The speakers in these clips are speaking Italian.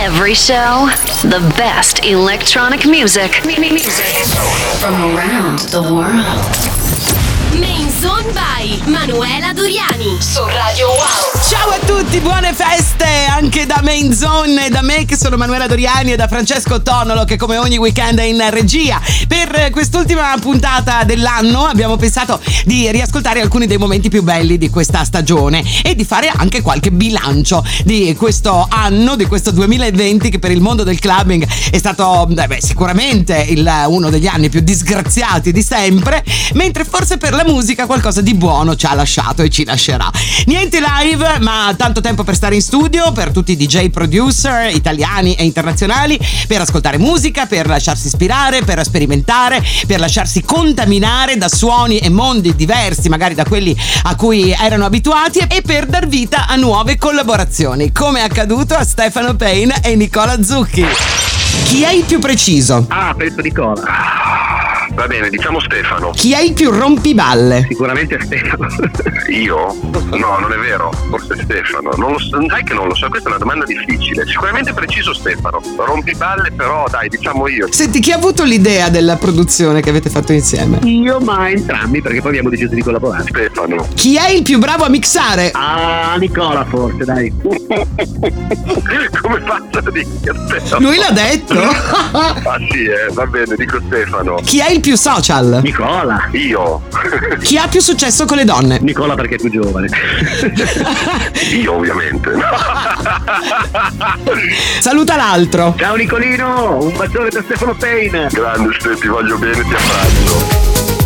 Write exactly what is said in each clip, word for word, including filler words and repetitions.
Every show, the best electronic music. Music from around the world. Main Zone by Manuela Doriani su Radio Wow. Ciao a tutti, buone feste anche da Main Zone e da me che sono Manuela Doriani e da Francesco Tonnolo che come ogni weekend è in regia. Per quest'ultima puntata dell'anno abbiamo pensato di riascoltare alcuni dei momenti più belli di questa stagione e di fare anche qualche bilancio di questo anno, di questo duemilaventi che per il mondo del clubbing è stato beh, sicuramente il, uno degli anni più disgraziati di sempre, mentre forse per la musica qualcosa di buono ci ha lasciato e ci lascerà. Niente live, ma tanto tempo per stare in studio, per tutti i D J producer italiani e internazionali, per ascoltare musica, per lasciarsi ispirare, per sperimentare, per lasciarsi contaminare da suoni e mondi diversi, magari da quelli a cui erano abituati, e per dar vita a nuove collaborazioni, come è accaduto a Stefano Payne e Nicola Zucchi. Chi è il più preciso? Ah, penso Nicola. Va bene, diciamo Stefano. Chi è il più rompiballe? Sicuramente Stefano. Io? No, non è vero. Forse Stefano. Non lo so, sai che non lo so, questa è una domanda difficile. Sicuramente preciso Stefano. Rompiballe però, dai, diciamo io. Senti, chi ha avuto l'idea della produzione che avete fatto insieme? Io, ma entrambi, perché poi abbiamo deciso di collaborare. Stefano. Chi è il più bravo a mixare? Ah, Nicola forse, dai. Come faccio a dire Stefano? Lui l'ha detto. Ah sì, eh, va bene, dico Stefano. Chi è il più social? Nicola. Io. Chi ha più successo con le donne? Nicola perché è più giovane. Io ovviamente. Saluta l'altro. Ciao Nicolino, un bacione da Stefano Payne. Grande Ste, ti voglio bene, ti abbraccio.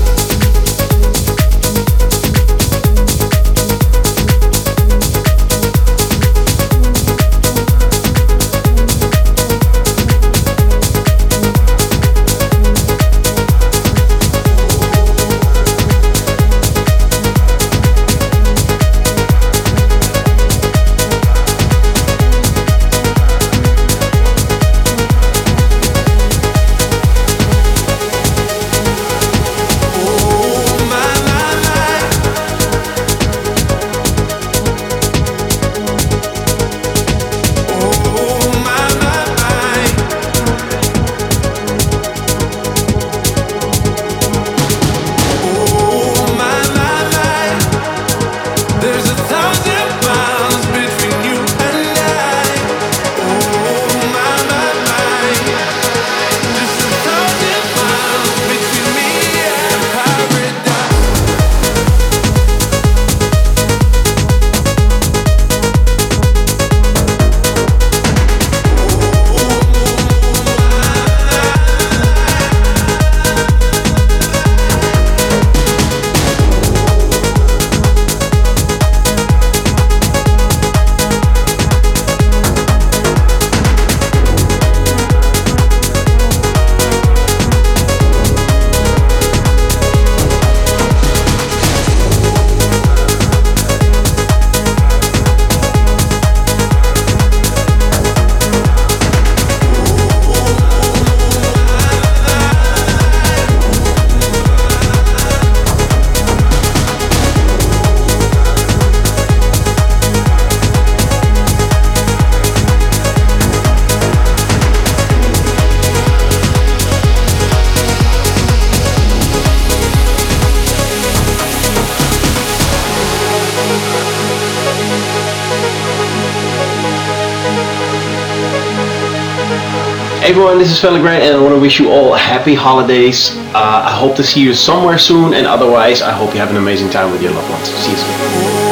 Hey everyone, this is Fella Grant and I want to wish you all happy holidays. Uh, I hope to see you somewhere soon, and otherwise I hope you have an amazing time with your loved ones. See you soon.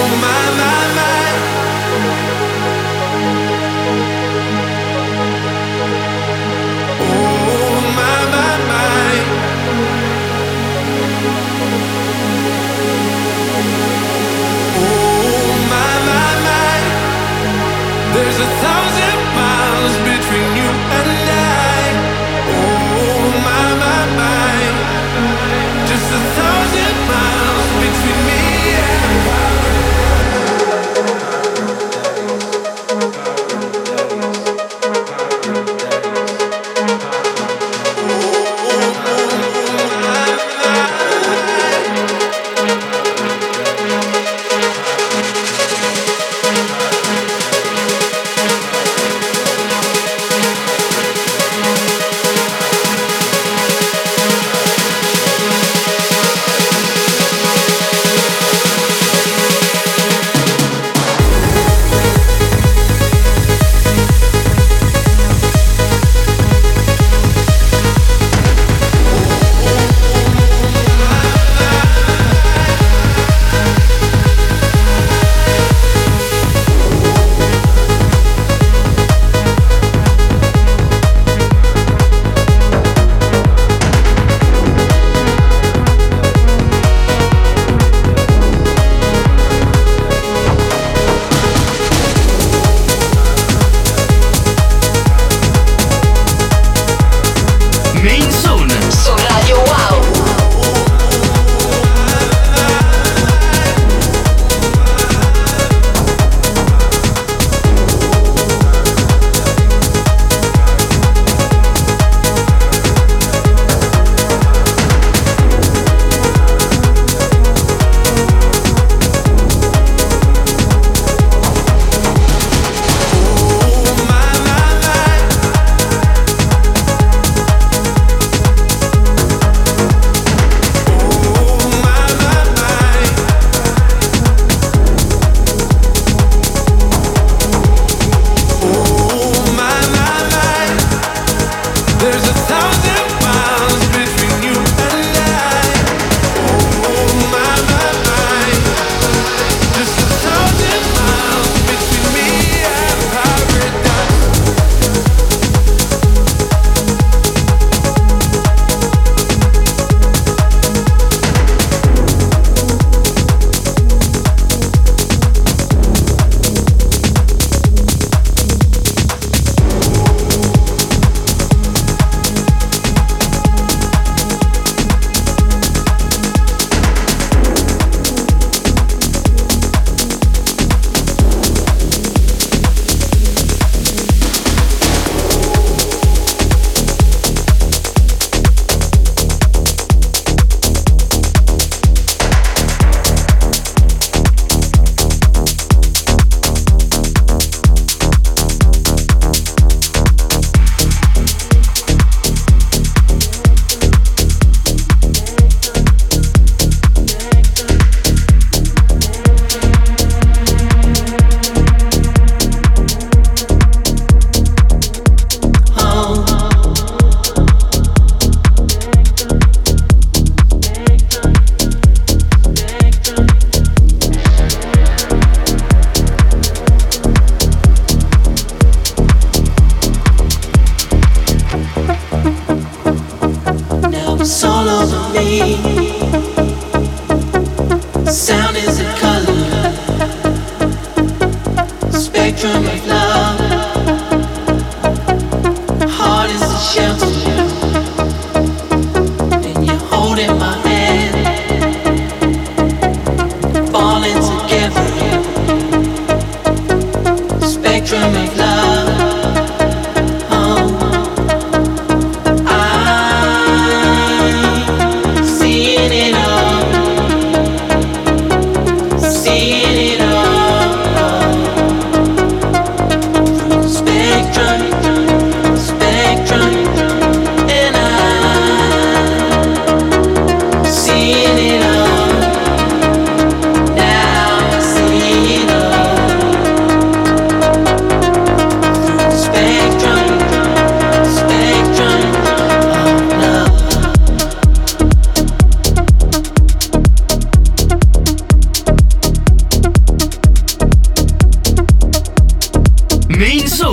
There's a thousand miles between you and I. Oh my, my, my. Just a thousand miles between me and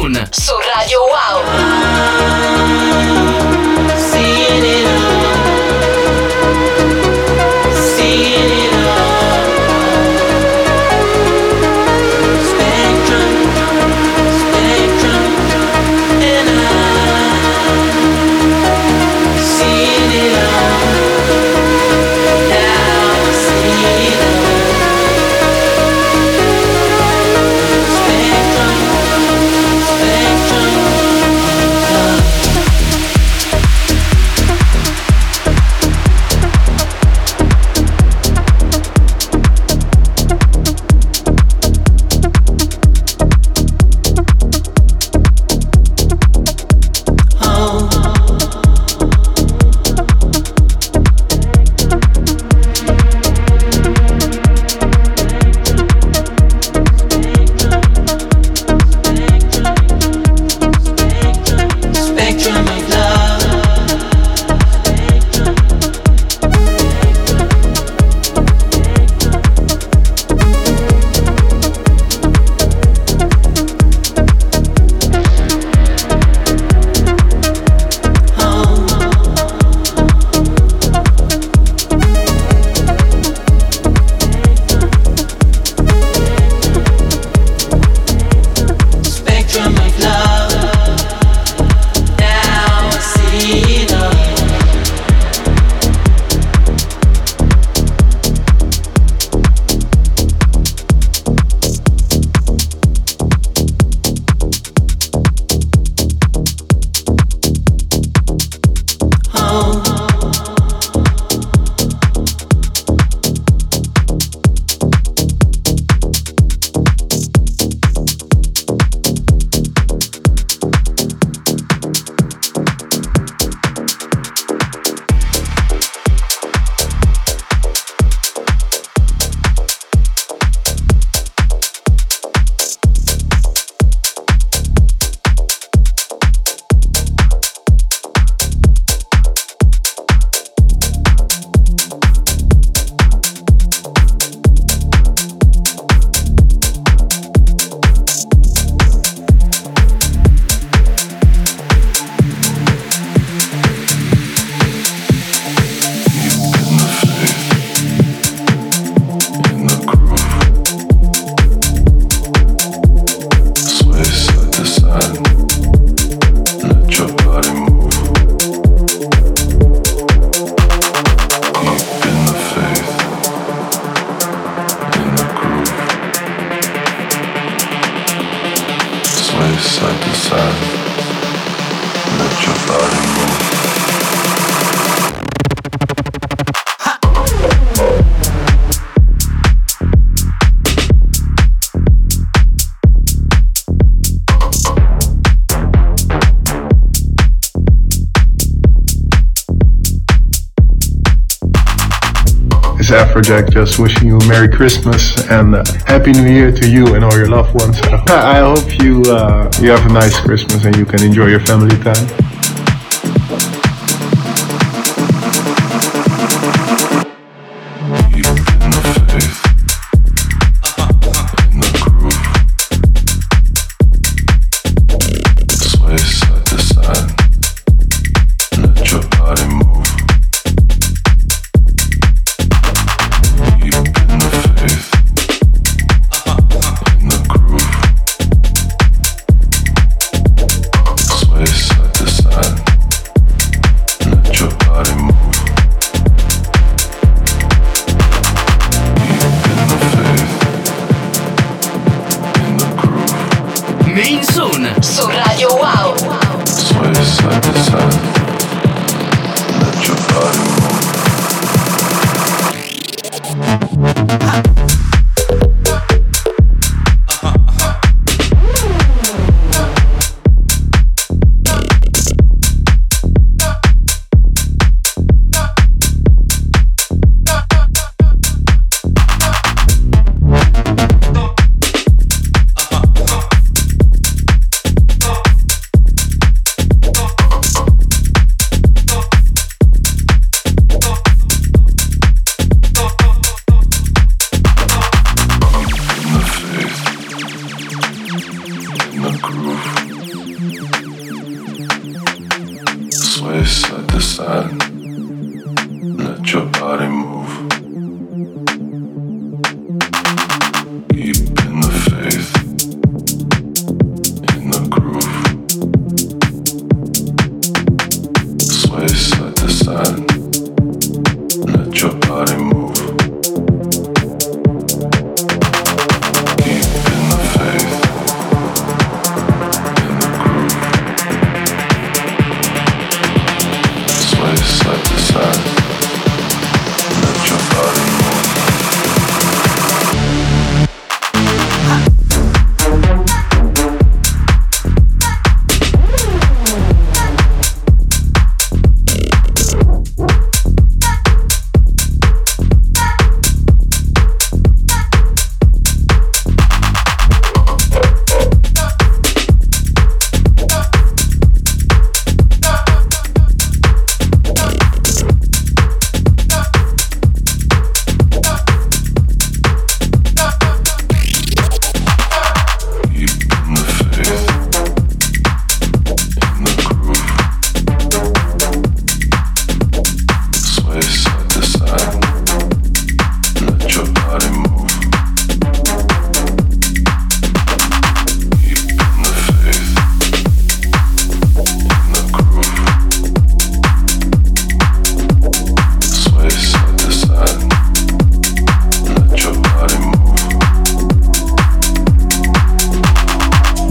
Zone su Radio Wow. Afrojack, just wishing you a Merry Christmas and uh, Happy New Year to you and all your loved ones. I hope you uh, you have a nice Christmas and you can enjoy your family time. Main Zone su Radio Wow. Sway side to side. Let your body move.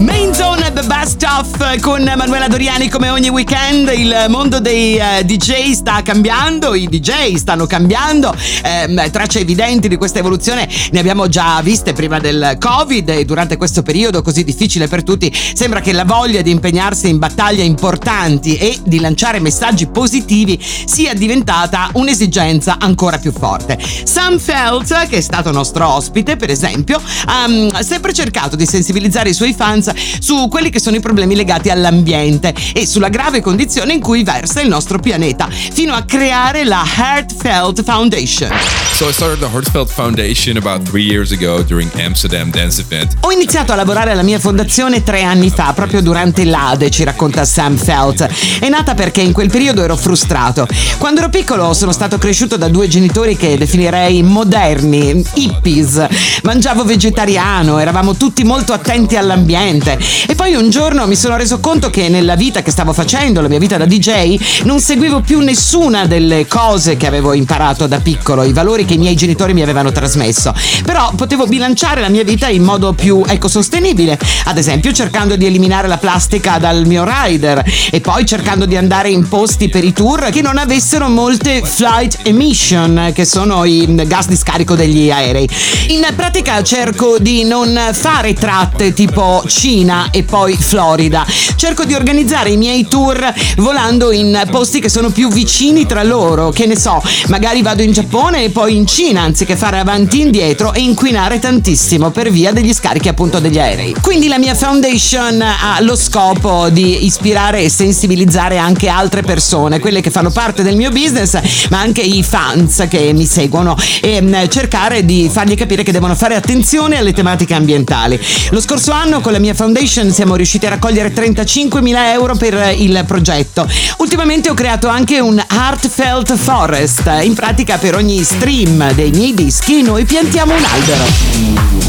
Main Zone, The Best Of con Manuela Doriani. Come ogni weekend il mondo dei uh, D J sta cambiando, i D J stanno cambiando, eh, tracce evidenti di questa evoluzione ne abbiamo già viste prima del Covid e durante questo periodo così difficile per tutti sembra che la voglia di impegnarsi in battaglie importanti e di lanciare messaggi positivi sia diventata un'esigenza ancora più forte. Sam Feldt, che è stato nostro ospite per esempio, ha um, sempre cercato di sensibilizzare i suoi fans su quelli che sono i problemi legati all'ambiente e sulla grave condizione in cui versa il nostro pianeta, fino a creare la Heartfelt Foundation. So I started the Heartfelt Foundation about three years ago during Amsterdam Dance Event. Ho iniziato a lavorare alla mia fondazione tre anni fa, proprio durante l'A D E, ci racconta Sam Feldt. È nata perché in quel periodo ero frustrato. Quando ero piccolo sono stato cresciuto da due genitori che definirei moderni, hippies. Mangiavo vegetariano, eravamo tutti molto attenti all'ambiente. E poi un giorno mi sono reso conto che nella vita che stavo facendo, la mia vita da D J, non seguivo più nessuna delle cose che avevo imparato da piccolo, i valori che i miei genitori mi avevano trasmesso. Però potevo bilanciare la mia vita in modo più ecosostenibile, ad esempio cercando di eliminare la plastica dal mio rider e poi cercando di andare in posti per i tour che non avessero molte flight emission, che sono i gas di scarico degli aerei. In pratica cerco di non fare tratte tipo Cina e poi Florida. Cerco di organizzare i miei tour volando in posti che sono più vicini tra loro, che ne so, magari vado in Giappone e poi in Cina, anziché fare avanti e indietro e inquinare tantissimo per via degli scarichi appunto degli aerei. Quindi la mia foundation ha lo scopo di ispirare e sensibilizzare anche altre persone, quelle che fanno parte del mio business, ma anche i fans che mi seguono, e cercare di fargli capire che devono fare attenzione alle tematiche ambientali. Lo scorso anno con la mia foundation siamo riusciti a raccogliere trentacinquemila euro per il progetto. Ultimamente ho creato anche un Heartfelt Forest. In pratica per ogni stream dei miei dischi noi piantiamo un albero.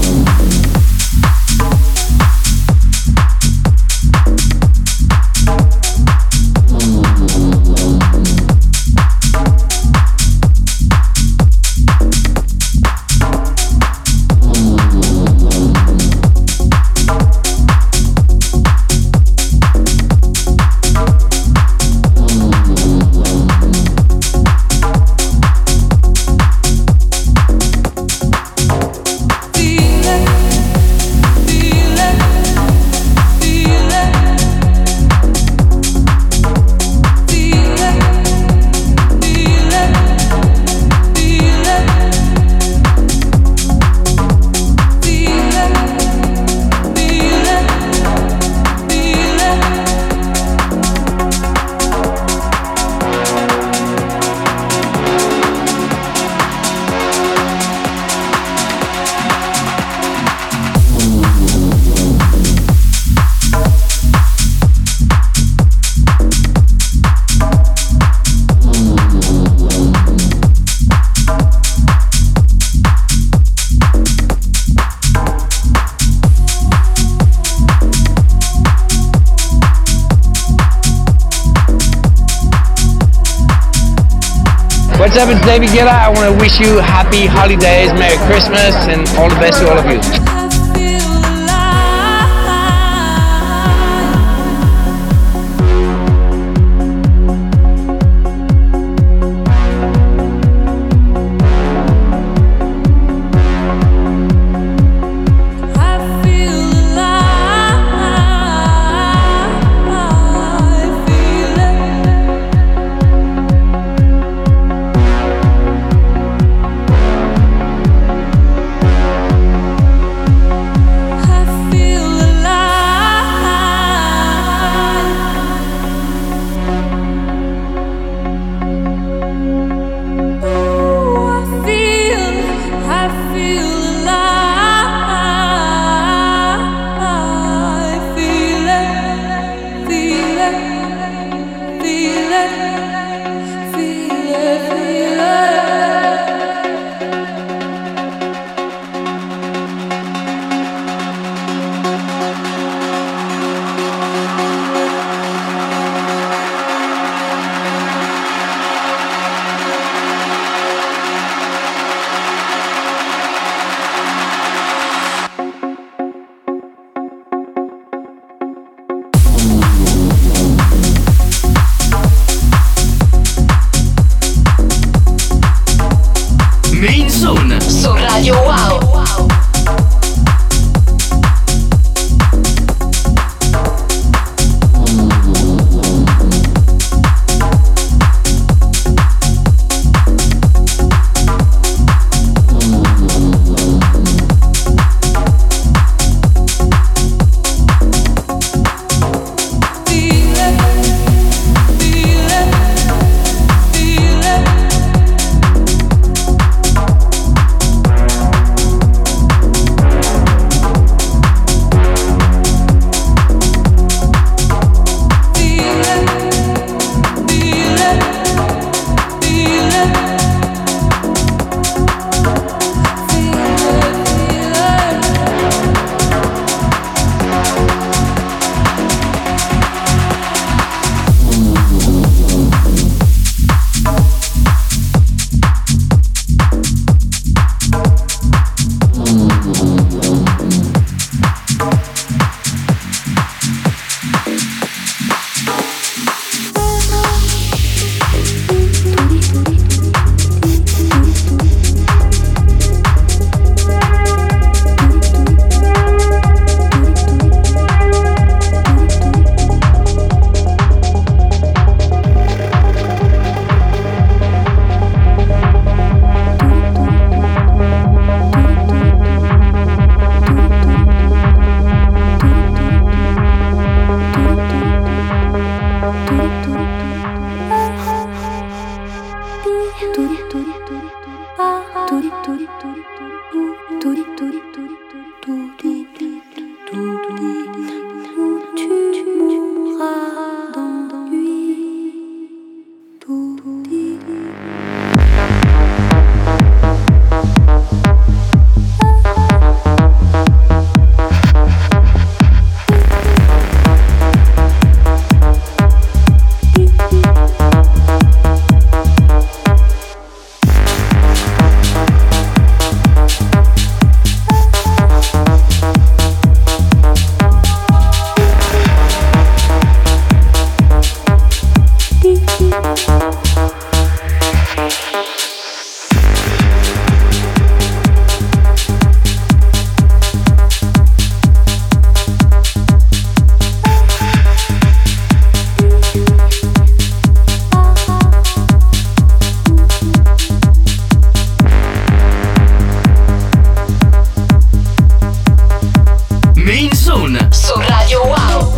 What's up, it's David Guetta. I want to wish you happy holidays, Merry Christmas, and all the best to all of you. Main Zone su Radio Wow.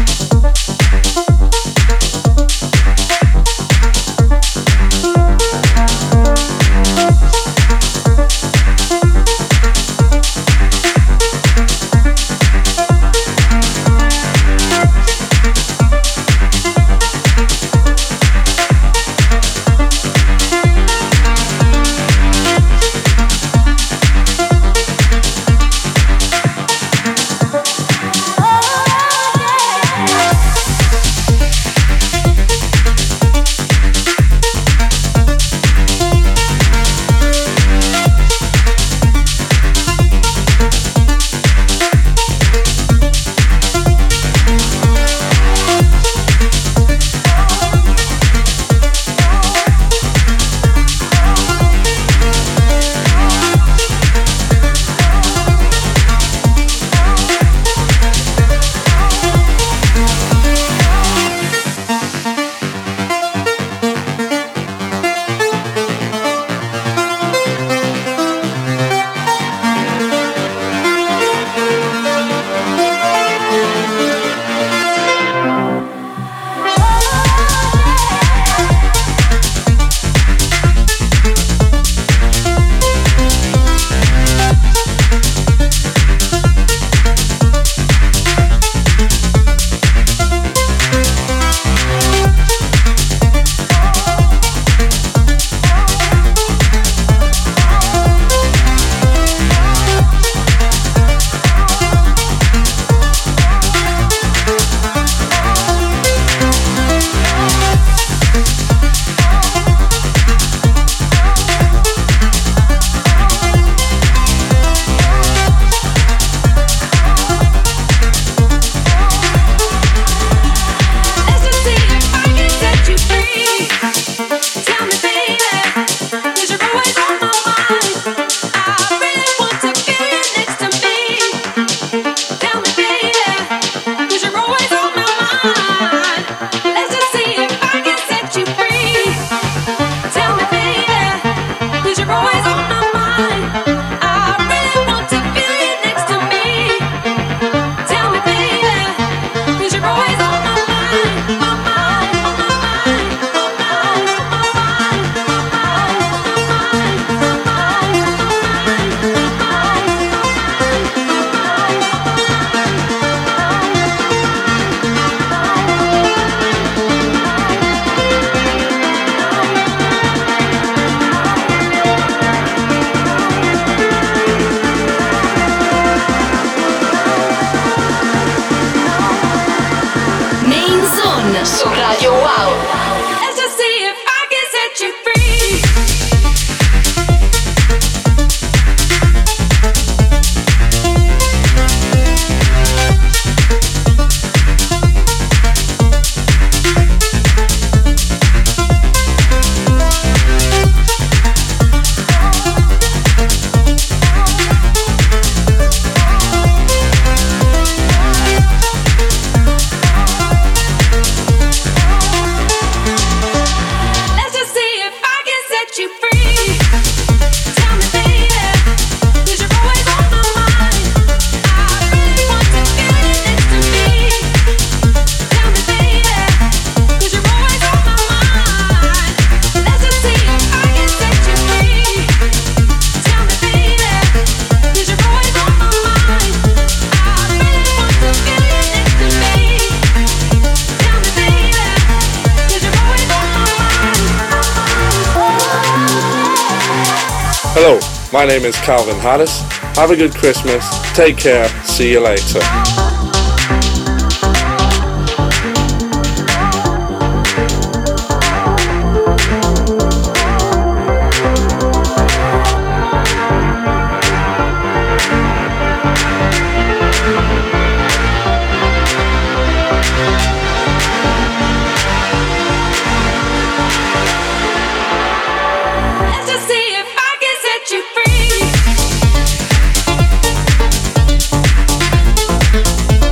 su Radio Wow. Let's just see if I can set you free. Hello, my name is Calvin Harris. Have a good Christmas. Take care. See you later. Free.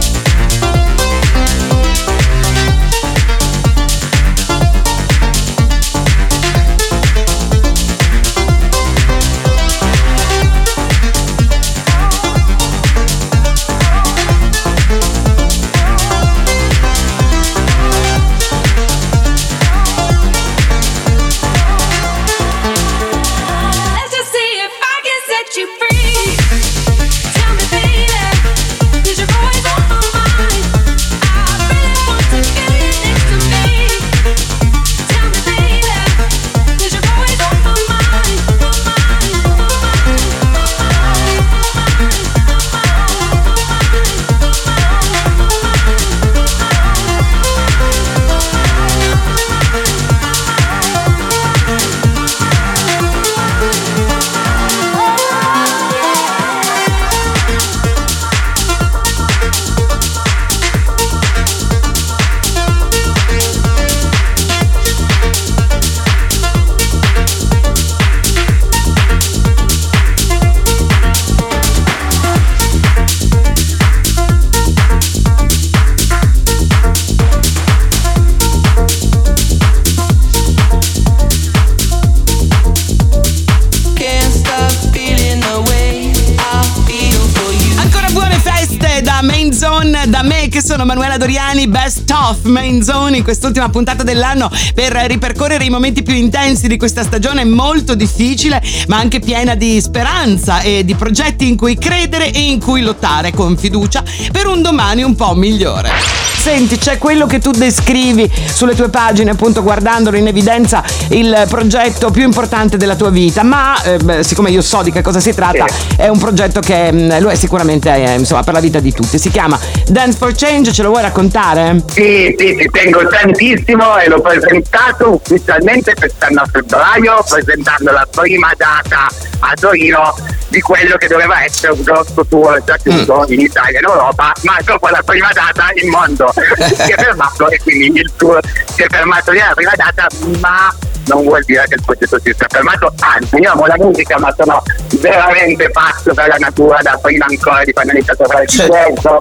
la Main Zone da me, che sono Manuela Doriani. Best of Main Zone in quest'ultima puntata dell'anno, per ripercorrere i momenti più intensi di questa stagione molto difficile, ma anche piena di speranza e di progetti in cui credere e in cui lottare con fiducia per un domani un po' migliore. Senti, c'è quello che tu descrivi sulle tue pagine, appunto guardandolo in evidenza, il progetto più importante della tua vita, ma eh, beh, siccome io so di che cosa si tratta, sì. È un progetto che mh, lo è sicuramente eh, insomma per la vita di tutti. Si chiama Dance for Change, ce lo vuoi raccontare? Sì, sì, ci tengo tantissimo e l'ho presentato ufficialmente quest'anno a febbraio, presentando la prima data a Torino di quello che doveva essere un grosso tour già chiuso mm. in Italia e in Europa, ma dopo la prima data il mondo si è fermato e quindi il tour si è fermato lì alla prima data, ma non vuol dire che il progetto si sia fermato, anzi io amo la musica ma sono veramente pazzo per la natura da prima ancora di quando ho iniziato a fare il certo.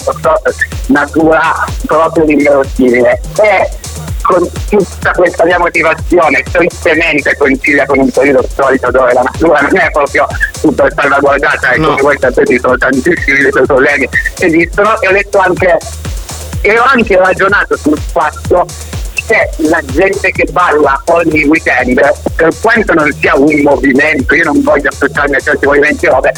Natura proprio inverosimile e con tutta questa mia motivazione tristemente coincide con un periodo storico dove la natura non è proprio super salvaguardata e no. Come voi sapete ci sono tantissimi dei suoi problemi esistono e ho detto anche e ho anche ragionato sul fatto che la gente che balla ogni weekend, per quanto non sia un movimento, io non voglio associarmi a certi movimenti robe,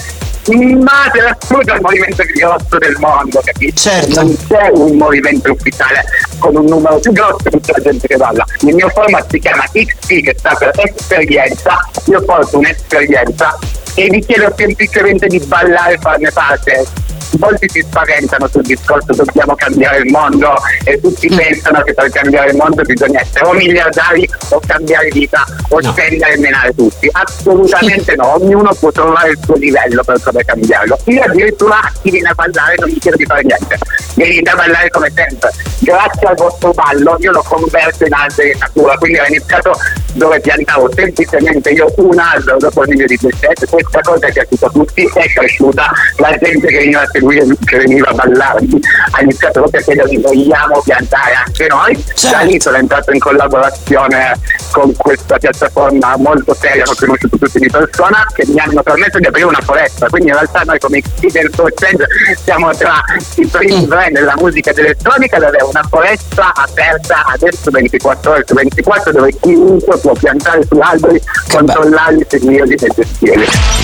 ma se l'assurdo è il movimento più grosso del mondo, capisci? Certo. Non c'è un movimento ufficiale con un numero più grosso di tutta la gente che balla. Il mio format si chiama X P, che sta per esperienza, io porto un'esperienza e vi chiedo semplicemente di ballare e farne parte. Molti si spaventano sul discorso dobbiamo cambiare il mondo e tutti mm. pensano che per cambiare il mondo bisogna essere o miliardari o cambiare vita o no. spendere e menare tutti. Assolutamente no, ognuno può trovare il suo livello per come cambiarlo. Io addirittura chi viene a ballare non gli chiedo di fare niente, vieni da ballare come sempre. Grazie al vostro ballo io l'ho converso in alberi in natura, quindi ho iniziato dove piantavo semplicemente io un albero dopo il video di queste, questa cosa è piaciuta a tutti, è cresciuta, la gente che veniva a seguire, che veniva a ballare ha iniziato proprio a chiedere vogliamo piantare anche noi, certo. Da lì sono entrato in collaborazione con questa piattaforma molto seria, ho conosciuto tutti di persona, che mi hanno permesso di aprire una foresta, quindi in realtà noi come Dance for Change siamo tra i primi brand della musica elettronica ad avere una foresta aperta adesso ventiquattro ore su ventiquattro dove chiunque può piantare su alberi, controllarli, seguirli e gestirli.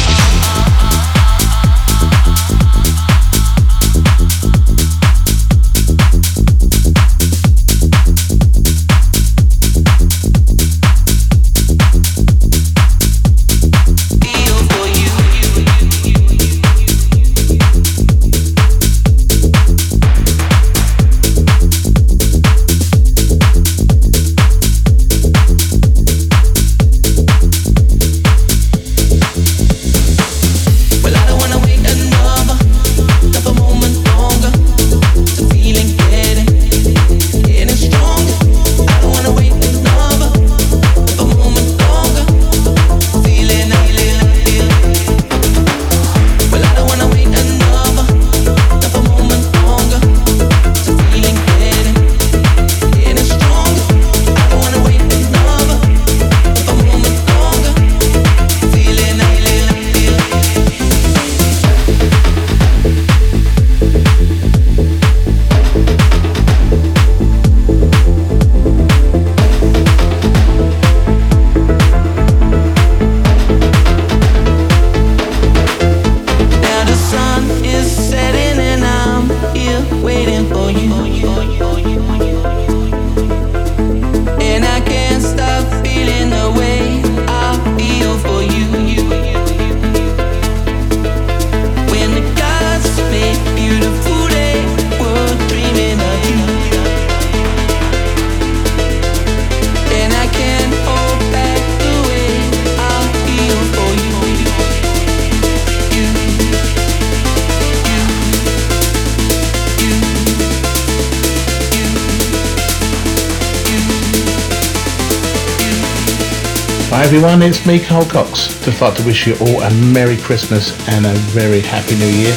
Hi everyone, it's me, Carl Cox. Just like to wish you all a Merry Christmas and a very Happy New Year.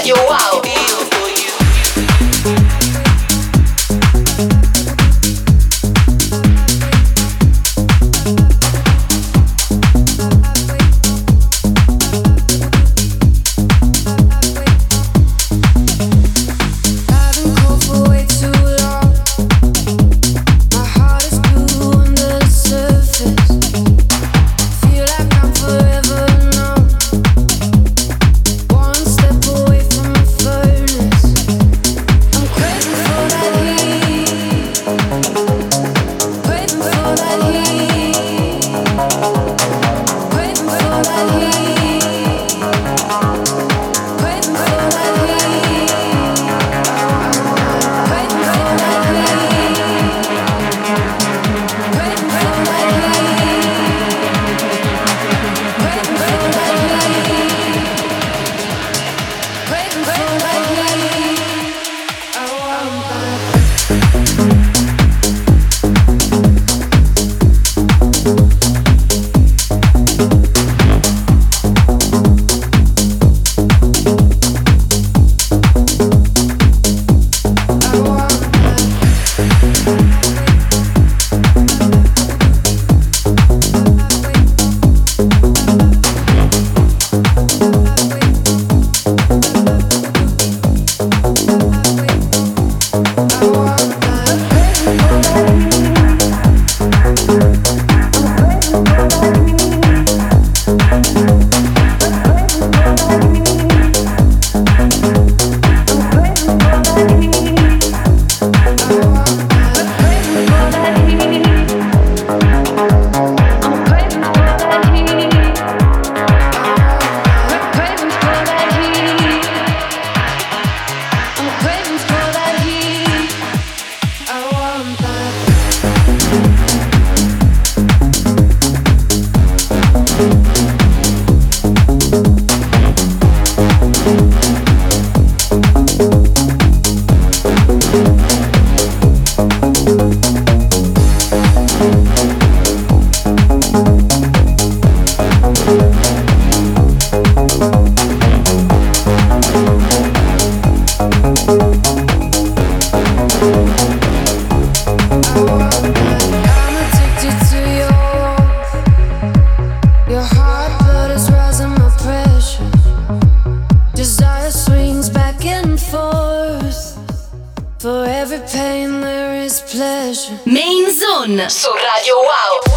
Radio Wow. Main Zone su Radio Wow.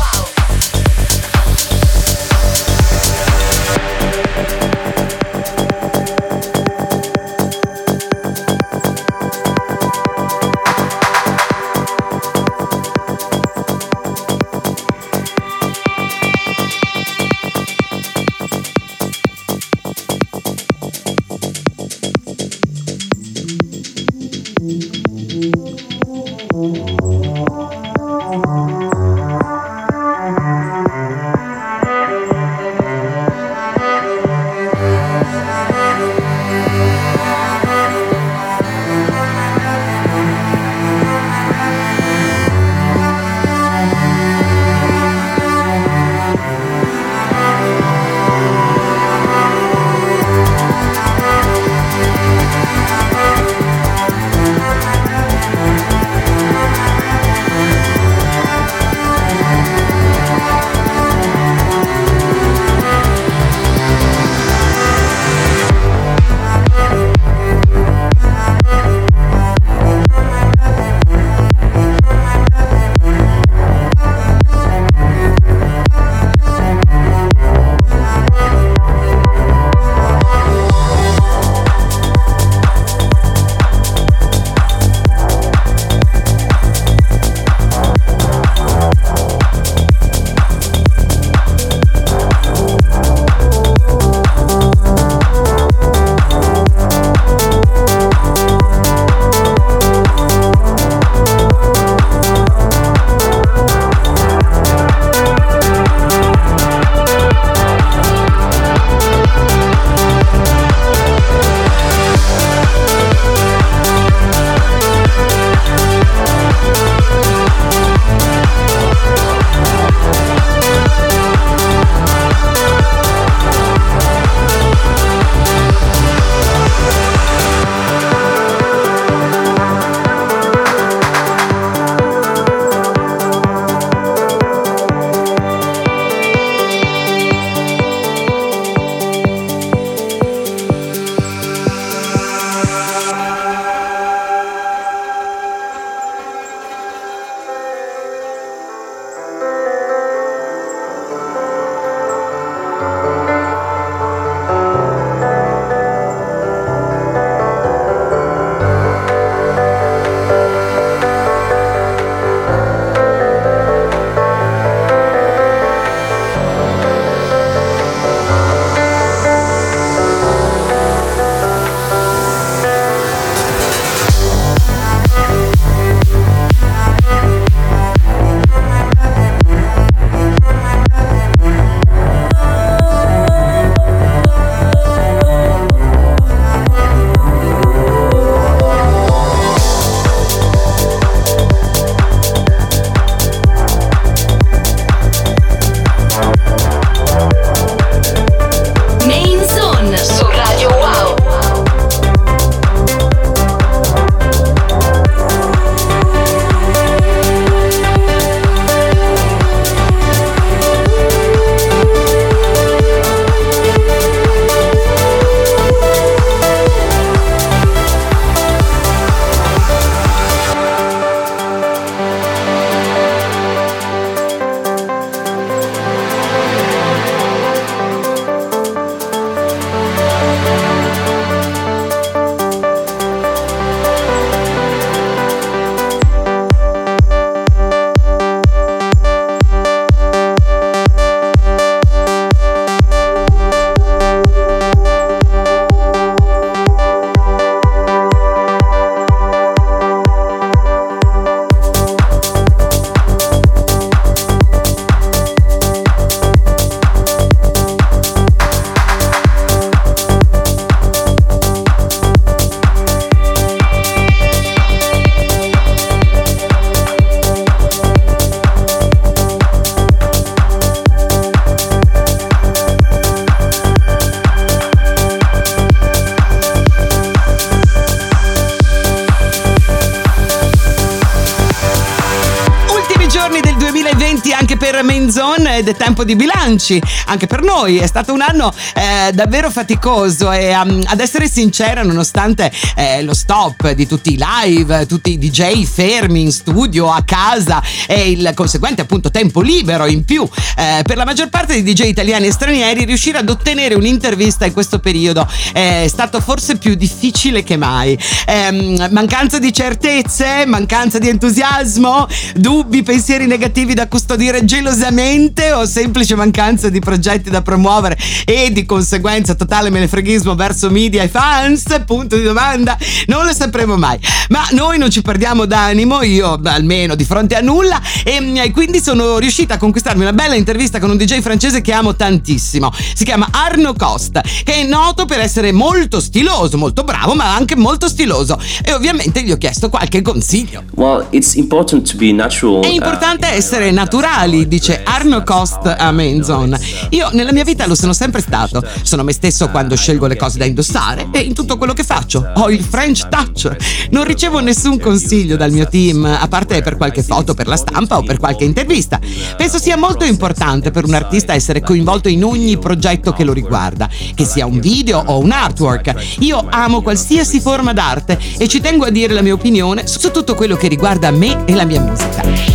anche per Main Zone ed è tempo di bilanci, anche per noi. È stato un anno eh, davvero faticoso e um, ad essere sincera, nonostante eh, lo stop di tutti i live, tutti i D J fermi in studio, a casa e il conseguente appunto tempo libero in più eh, per la maggior parte dei D J italiani e stranieri, riuscire ad ottenere un'intervista in questo periodo è stato forse più difficile che mai. Eh, mancanza di certezze, mancanza di entusiasmo, dubbi, pensieri negativi da custodire gelosamente o semplice mancanza di progetti da promuovere e di conseguenza totale menefreghismo verso media e fans? Punto di domanda, non lo sapremo mai, ma noi non ci perdiamo d'animo, io almeno, di fronte a nulla, e, e quindi sono riuscita a conquistarmi una bella intervista con un D J francese che amo tantissimo. Si chiama Arno Cost, che è noto per essere molto stiloso, molto bravo, ma anche molto stiloso, e ovviamente gli ho chiesto qualche consiglio. Well, it's important to be natural. È importante essere naturali, dice Arno Cost a Main Zone. Io nella mia vita lo sono sempre stato, sono me stesso quando scelgo le cose da indossare e in tutto quello che faccio ho il French touch. Non ricevo nessun consiglio dal mio team, a parte per qualche foto per la stampa o per qualche intervista. Penso sia molto importante per un artista essere coinvolto in ogni progetto che lo riguarda, che sia un video o un artwork. Io amo qualsiasi forma d'arte e ci tengo a dire la mia opinione su tutto quello che riguarda me e la mia musica.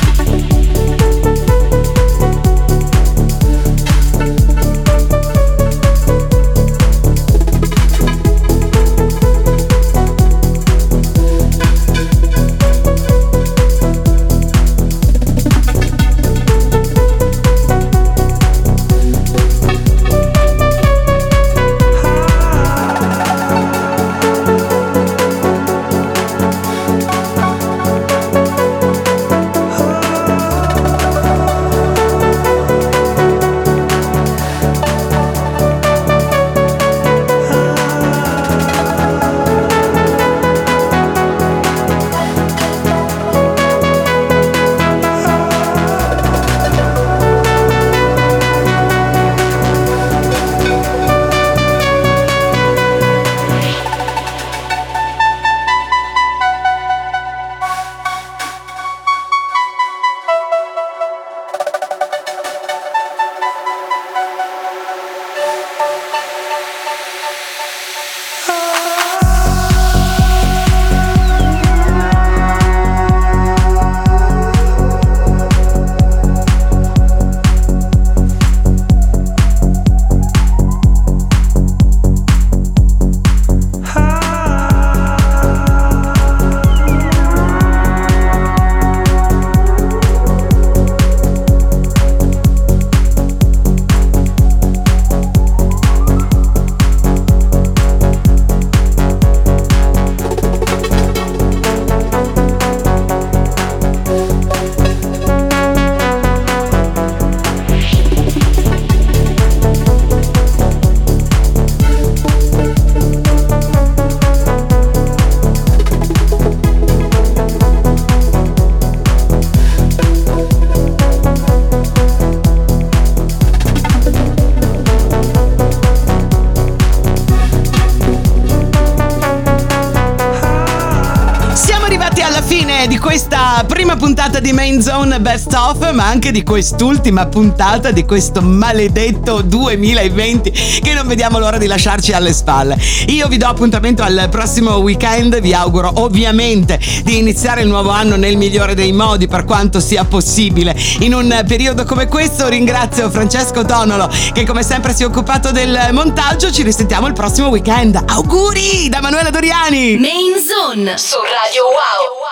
Di questa prima puntata di Main Zone Best Of, ma anche di quest'ultima puntata di questo maledetto duemilaventi che non vediamo l'ora di lasciarci alle spalle. Io vi do appuntamento al prossimo weekend, vi auguro ovviamente di iniziare il nuovo anno nel migliore dei modi per quanto sia possibile in un periodo come questo. Ringrazio Francesco Tonolo che come sempre si è occupato del montaggio. Ci risentiamo il prossimo weekend. Auguri da Manuela Doriani. Main Zone su Radio Wow.